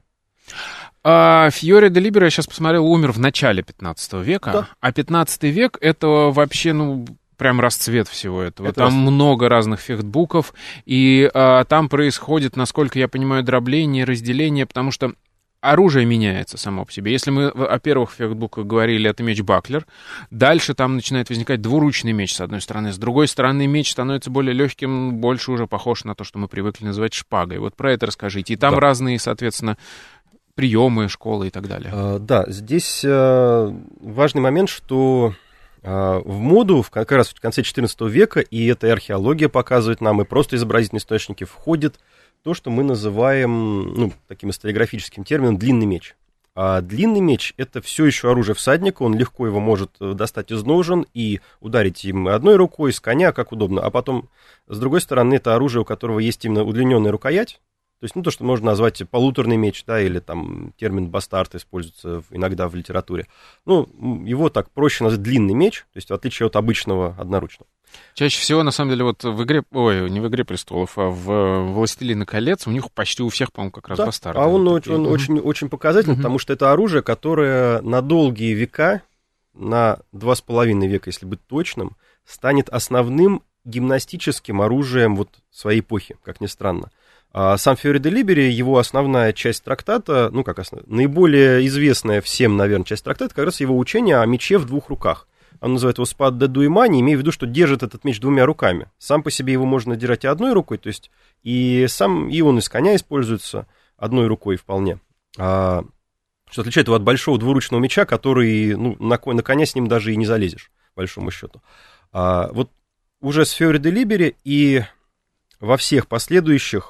А Фьори де Либери, я сейчас посмотрел, умер в начале пятнадцатого века, да. А пятнадцатый век — это вообще, ну, прям расцвет всего этого. Это там расцвет. Много разных фехтбуков, и а, там происходит, насколько я понимаю, дробление, разделение, потому что оружие меняется само по себе. Если мы о первых фехтбуках говорили, это меч Баклер, дальше там начинает возникать двуручный меч, с одной стороны. С другой стороны, меч становится более легким, больше уже похож на то, что мы привыкли называть шпагой. Вот про это расскажите. И там да. разные, соответственно, приемы, школы и так далее. А, да, здесь а, важный момент, что а, в моду в, как раз в конце четырнадцатого века, и это и археология показывает нам, и просто изобразительные источники, входит то, что мы называем, ну, таким историографическим термином, длинный меч. А длинный меч — это все еще оружие всадника, он легко его может достать из ножен и ударить им одной рукой, с коня, как удобно. А потом, с другой стороны, это оружие, у которого есть именно удлиненная рукоять. То есть, ну, то, что можно назвать полуторный меч, да, или там термин бастард используется иногда в литературе. Ну, его так проще назвать длинный меч, то есть в отличие от обычного одноручного. Чаще всего, на самом деле, вот в игре, ой, не в «Игре престолов», а в «Властелине колец» у них почти у всех, по-моему, как раз да, бастарды. А он, вот очень, он очень, очень показательный, uh-huh. потому что это оружие, которое на долгие века, на два с половиной века, если быть точным, станет основным гимнастическим оружием вот своей эпохи, как ни странно. А сам Фьори де Либери, его основная часть трактата, ну как основная, наиболее известная всем, наверное, часть трактата, как раз его учение о мече в двух руках. Он называет его спад де дуэмани, имея в виду, что держит этот меч двумя руками. Сам по себе его можно держать и одной рукой, то есть и сам, и он из коня используется одной рукой вполне. А, что отличает его от большого двуручного меча, который, ну, на, на коня с ним даже и не залезешь, по большому счету. А, вот уже с Фьори де Либери и во всех последующих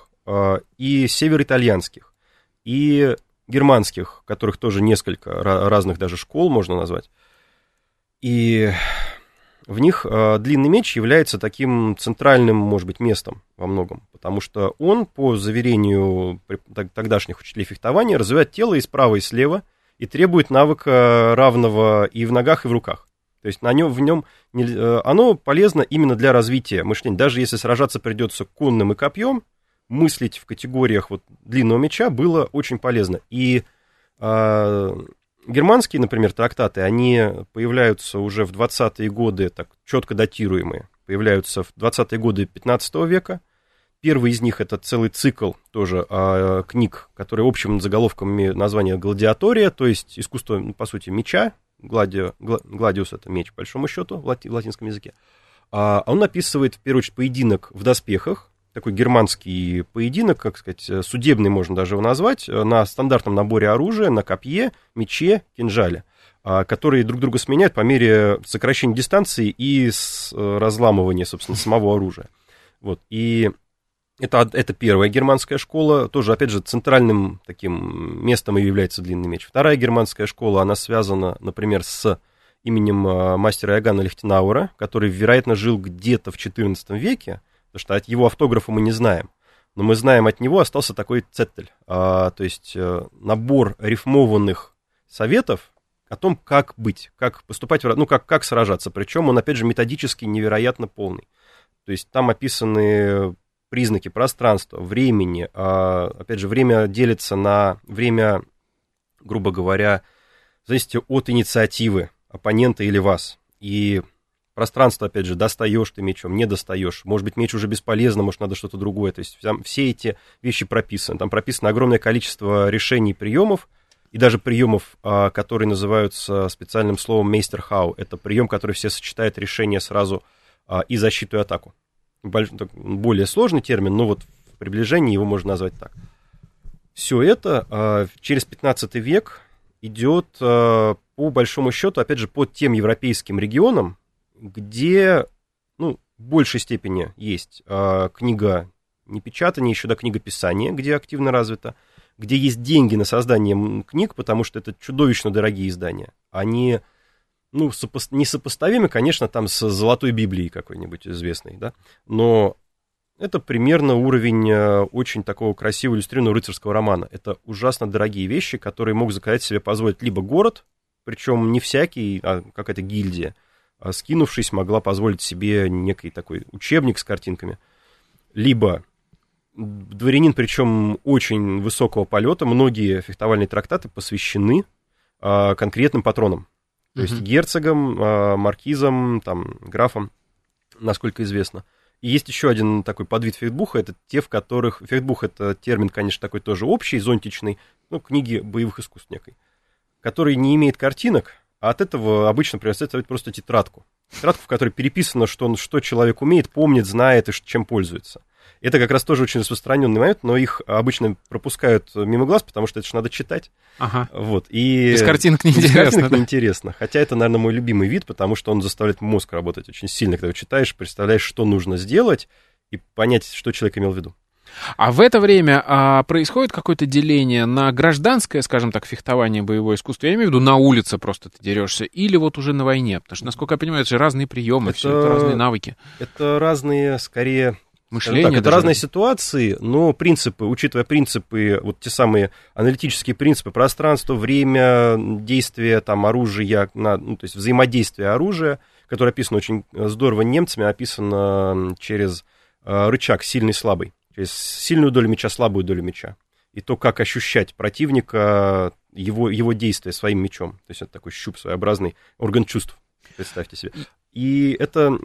и североитальянских, и германских, которых тоже несколько разных даже школ можно назвать. И в них длинный меч является таким центральным, может быть, местом во многом, потому что он, по заверению тогдашних учителей фехтования, развивает тело и справа, и слева, и требует навыка равного и в ногах, и в руках. То есть на нем, в нем оно полезно именно для развития мышления. Даже если сражаться придется конным и копьем, мыслить в категориях вот длинного меча было очень полезно. И э, германские, например, трактаты, они появляются уже в двадцатые годы, так четко датируемые, появляются в двадцатые годы пятнадцатого века. Первый из них — это целый цикл тоже э, книг, которые общим заголовком название «Гладиатория», то есть искусство, по сути, меча. Гладио, гладиус — это меч, по большому счету, в, лати, в латинском языке. А он описывает, в первую очередь, поединок в доспехах, такой германский поединок, как сказать, судебный можно даже его назвать, на стандартном наборе оружия, на копье, мече, кинжале, которые друг друга сменяют по мере сокращения дистанции и разламывания, собственно, самого оружия. Вот. И это, это первая германская школа, тоже, опять же, центральным таким местом и является длинный меч. Вторая германская школа, она связана, например, с именем мастера Иоганна Лихтенауэра, который, вероятно, жил где-то в четырнадцатом веке, потому что от его автографа мы не знаем. Но мы знаем, от него остался такой цеттель, а, то есть а, набор рифмованных советов о том, как быть, как поступать, ну, как, как сражаться. Причем он, опять же, методически невероятно полный. То есть там описаны признаки пространства, времени, опять же, время делится на время, грубо говоря, в зависимости от инициативы оппонента или вас. И пространство, опять же, достаешь ты мечом, не достаешь. Может быть, меч уже бесполезно, может, надо что-то другое. То есть там все эти вещи прописаны. Там прописано огромное количество решений, приемов, и даже приемов, которые называются специальным словом «мейстерхау». Это прием, который все сочетает решение сразу и защиту, и атаку. Более сложный термин, но вот в приближении его можно назвать так. Все это через пятнадцатый век идет, по большому счету, опять же, по тем европейским регионам, где, ну, в большей степени есть книга непечатания, еще до книгописания, где активно развито, где есть деньги на создание книг, потому что это чудовищно дорогие издания. Они, ну, сопо- несопоставимы, конечно, там с Золотой Библией какой-нибудь известной, да, но это примерно уровень очень такого красивого иллюстрированного рыцарского романа. Это ужасно дорогие вещи, которые мог заказать себе позволить либо город, причем не всякий, а какая-то гильдия, скинувшись, могла позволить себе некий такой учебник с картинками, либо дворянин, причем очень высокого полета, многие фехтовальные трактаты посвящены а, конкретным патронам, то uh-huh. есть герцогам, а, маркизам, там, графам, насколько известно. И есть еще один такой подвид фехтбуха, это те, в которых... Фехтбух — это термин, конечно, такой тоже общий, зонтичный, ну, книги боевых искусств некой, который не имеет картинок, а от этого обычно представляет просто тетрадку. Тетрадку, в которой переписано, что, он, что человек умеет, помнит, знает и чем пользуется. Это как раз тоже очень распространенный момент, но их обычно пропускают мимо глаз, потому что это же надо читать. Ага. Вот. И без картинок неинтересно. Без картинок да? неинтересно. Хотя это, наверное, мой любимый вид, потому что он заставляет мозг работать очень сильно. Когда читаешь, представляешь, что нужно сделать, и понять, что человек имел в виду. А в это время а, происходит какое-то деление на гражданское, скажем так, фехтование, боевое искусство, я имею в виду на улице просто ты дерешься, или вот уже на войне? Потому что, насколько я понимаю, это же разные приемы, это, все это разные навыки. Это разные, скорее... Мышление. Так, это даже... разные ситуации, но принципы, учитывая принципы, вот те самые аналитические принципы, пространство, время, действие, там, оружия, на, ну, то есть взаимодействие оружия, которое описано очень здорово немцами, описано через э, рычаг сильный-слабый, через сильную долю мяча, слабую долю мяча, и то, как ощущать противника, его, его действия своим мячом, то есть это такой щуп своеобразный, орган чувств, представьте себе. И это...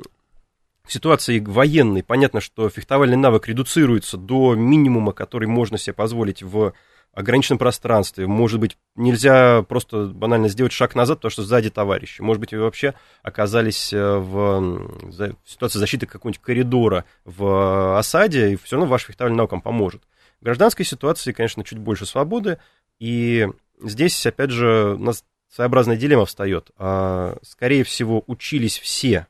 В ситуации военной понятно, что фехтовальный навык редуцируется до минимума, который можно себе позволить в ограниченном пространстве. Может быть, нельзя просто банально сделать шаг назад, потому что сзади товарищи. Может быть, вы вообще оказались в ситуации защиты какого-нибудь коридора в осаде, и все равно ваш фехтовальный навык вам поможет. В гражданской ситуации, конечно, чуть больше свободы, и здесь, опять же, у нас своеобразная дилемма встает. Скорее всего, учились все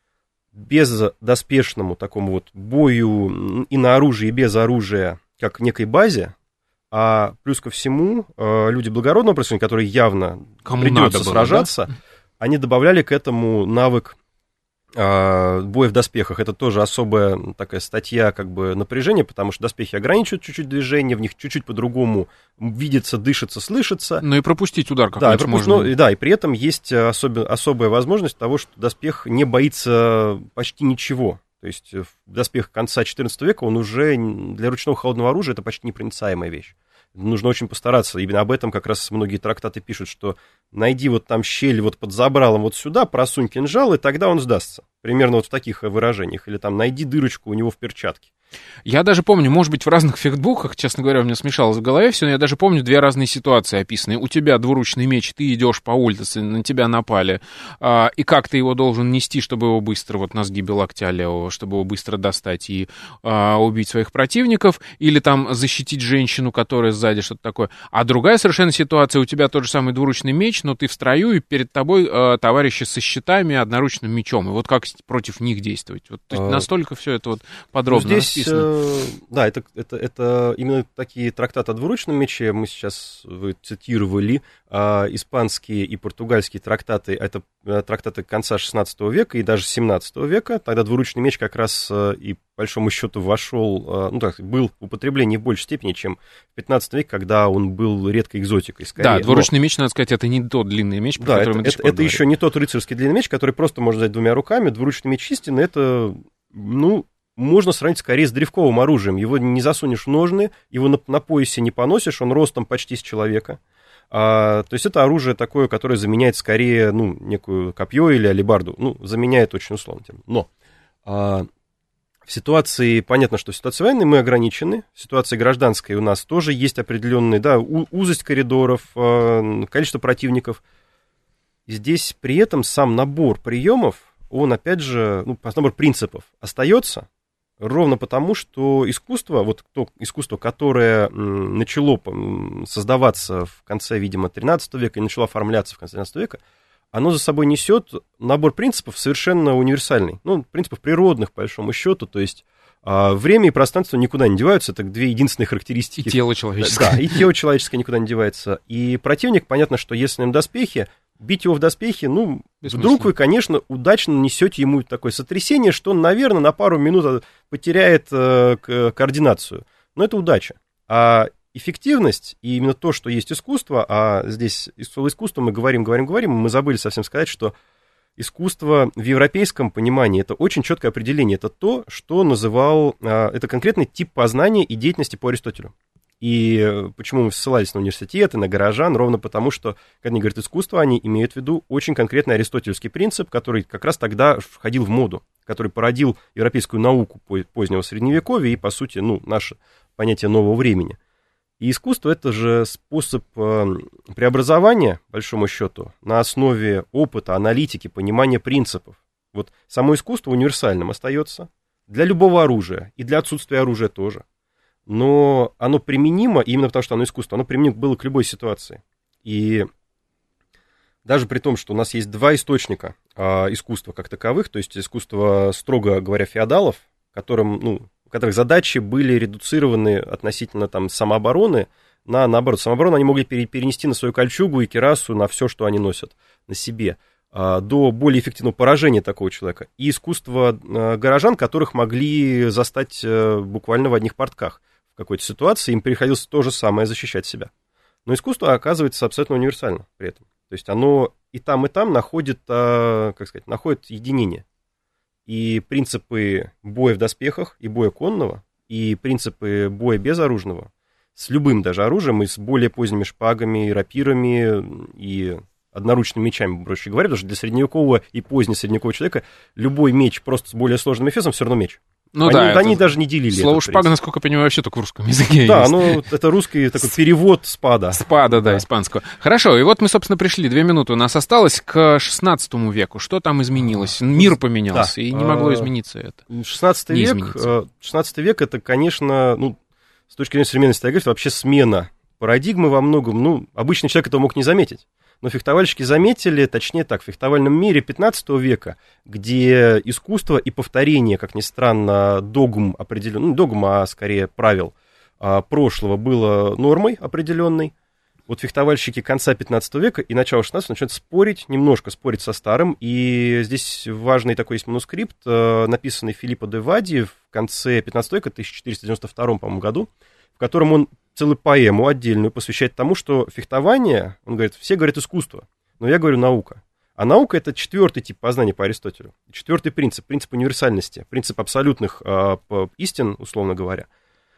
бездоспешному такому вот бою и на оружии, и без оружия, как некой базе, а плюс ко всему люди благородного происхождения, которые явно Кому придется было, сражаться, да? Они добавляли к этому навык боя в доспехах. Это тоже особая такая статья как бы напряжения, потому что доспехи ограничивают чуть-чуть движение, в них чуть-чуть по-другому видится, дышится, слышится. Ну и пропустить удар да, какой-то пропусть, можно. Ну, да, и при этом есть особи, особая возможность того, что доспех не боится почти ничего. То есть доспех конца четырнадцатого века, он уже для ручного холодного оружия это почти непроницаемая вещь. Нужно очень постараться. Именно об этом как раз многие трактаты пишут, что найди вот там щель вот под забралом вот сюда, просунь кинжал, и тогда он сдастся. Примерно вот в таких выражениях. Или там найди дырочку у него в перчатке. Я даже помню, может быть, в разных фехтбуках, честно говоря, у меня смешалось в голове все, но я даже помню две разные ситуации описаны. У тебя двуручный меч, ты идешь по улице, на тебя напали, а, и как ты его должен нести, чтобы его быстро, вот на сгибе локтя левого, чтобы его быстро достать и а, убить своих противников, или там защитить женщину, которая сзади, что-то такое. А другая совершенно ситуация, у тебя тот же самый двуручный меч, но ты в строю, и перед тобой а, товарищи со щитами и одноручным мечом. И вот как против них действовать? Вот, то есть настолько все это вот подробно ну, здесь, расписано. Э, да, это, это, это именно такие трактаты о двуручном мече. Мы сейчас, вы цитировали, э, испанские и португальские трактаты. Это э, трактаты конца шестнадцатого века и даже семнадцатого века. Тогда двуручный меч как раз э, и по большому счету вошел, э, ну так, был в употреблении в большей степени, чем в пятнадцатом веке, когда он был редкой экзотикой. Скорее. Да, двуручный Но... меч, надо сказать, это не тот длинный меч, про да, который это, мы до сих это, пор это еще не тот рыцарский длинный меч, который просто можно взять двумя руками. Двуручный меч истинный — это, ну, можно сравнить скорее с древковым оружием. Его не засунешь в ножны, его на, на поясе не поносишь, он ростом почти с человека. А, то есть это оружие такое, которое заменяет скорее, ну, некую копье или алебарду. Ну, заменяет очень условно. Но а, в ситуации, понятно, что в ситуации военной мы ограничены, в ситуации гражданской у нас тоже есть определенные, да, узость коридоров, а, количество противников. И здесь при этом сам набор приемов, он, опять же, ну, набор принципов остается, ровно потому, что искусство, вот то искусство, которое начало создаваться в конце, видимо, тринадцатого века и начало оформляться в конце тринадцатого века, оно за собой несет набор принципов совершенно универсальный. Ну, принципов природных, по большому счету, то есть время и пространство никуда не деваются, это две единственные характеристики. И тело человеческое. Да, и тело человеческое никуда не девается. И противник, понятно, что если на доспехи, бить его в доспехи, ну, вдруг вы, конечно, удачно нанесете ему такое сотрясение, что он, наверное, на пару минут потеряет э, координацию. Но это удача. А эффективность, и именно то, что есть искусство, а здесь слово искусство мы говорим, говорим, говорим, мы забыли совсем сказать, что искусство в европейском понимании — это очень четкое определение. Это то, что называл, э, это конкретный тип познания и деятельности по Аристотелю. И почему мы ссылались на университеты, на горожан, ровно потому, что, когда они говорят искусство, они имеют в виду очень конкретный аристотельский принцип, который как раз тогда входил в моду, который породил европейскую науку позднего Средневековья и, по сути, ну, наше понятие нового времени. И искусство — это же способ преобразования, по большому счету, на основе опыта, аналитики, понимания принципов. Вот само искусство универсальным остается для любого оружия, и для отсутствия оружия тоже. Но оно применимо, именно потому что оно искусство, оно применимо было к любой ситуации. И даже при том, что у нас есть два источника а, искусства как таковых, то есть искусство, строго говоря, феодалов, которым, ну, у которых задачи были редуцированы относительно там, самообороны, на, наоборот, самооборону они могли перенести на свою кольчугу и кирасу, на все, что они носят на себе, а, до более эффективного поражения такого человека. И искусство а, горожан, которых могли застать а, буквально в одних портках. В какой-то ситуации им приходилось то же самое защищать себя. Но искусство оказывается абсолютно универсально при этом. То есть оно и там, и там находит, как сказать, находит единение. И принципы боя в доспехах, и боя конного, и принципы боя безоружного, с любым даже оружием, и с более поздними шпагами, и рапирами, и одноручными мечами, проще говоря, потому что для средневекового и позднесредневекового человека любой меч просто с более сложным эфесом все равно меч. Ну, они, да, они даже не делили. Слово шпага, насколько я понимаю, вообще только в русском языке да, есть. ну, это русский такой перевод спада. Спада, да, да, испанского. Хорошо, и вот мы, собственно, пришли, две минуты у нас осталось к шестнадцатому веку. Что там изменилось? Мир поменялся, да. И не могло измениться это. шестнадцатый век, шестнадцатый век, это, конечно, ну, с точки зрения современной историографии, вообще смена парадигмы во многом. Ну, обычный человек этого мог не заметить. Но фехтовальщики заметили, точнее так, в фехтовальном мире пятнадцатого века, где искусство и повторение, как ни странно, догм определенных, ну, догм, а скорее правил а, прошлого было нормой определенной. Вот фехтовальщики конца пятнадцатого века и начала шестнадцатого начинают спорить, немножко спорить со старым, и здесь важный такой есть манускрипт, написанный Филиппо де Вади в конце пятнадцатого века, тысяча четыреста девяносто втором, по-моему, году, в котором он целую поэму отдельную посвящает тому, что фехтование, он говорит, все говорят искусство, но я говорю наука. А наука — это четвертый тип познания по Аристотелю. Четвертый принцип, принцип универсальности, принцип абсолютных э, истин, условно говоря.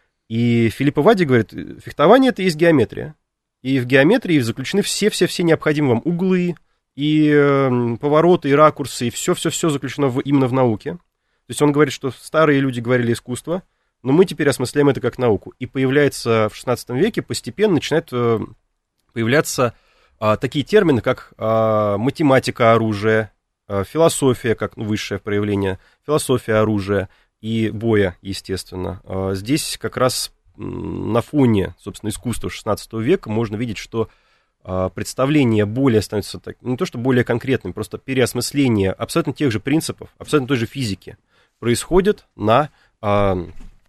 И Филиппо Вади говорит, фехтование — это есть геометрия. И в геометрии заключены все-все-все необходимые вам углы, и э, повороты, и ракурсы, и все-все-все заключено в, именно в науке. То есть он говорит, что старые люди говорили искусство, но мы теперь осмысляем это как науку. И появляется в шестнадцатом веке, постепенно начинают э, появляться э, такие термины, как э, математика оружия, э, философия, как ну, высшее проявление, философия оружия и боя, естественно. Э, здесь как раз э, на фоне, собственно, искусства шестнадцатого века можно видеть, что э, представление более становится, так, не то что более конкретным, просто переосмысление абсолютно тех же принципов, абсолютно той же физики происходит на э,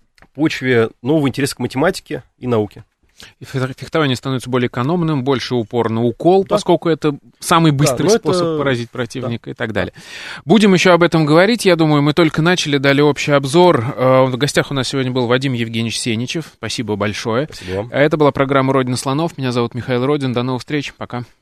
почве нового интереса к математике и науке. И фехтование становится более экономным, больше упор на укол, да. Поскольку это самый быстрый да, способ это... поразить противника да. и так далее. Будем еще об этом говорить. Я думаю, мы только начали, дали общий обзор. В гостях у нас сегодня был Вадим Евгеньевич Сеничев. Спасибо большое. Спасибо вам. Это была программа «Родина слонов». Меня зовут Михаил Родин. До новых встреч. Пока.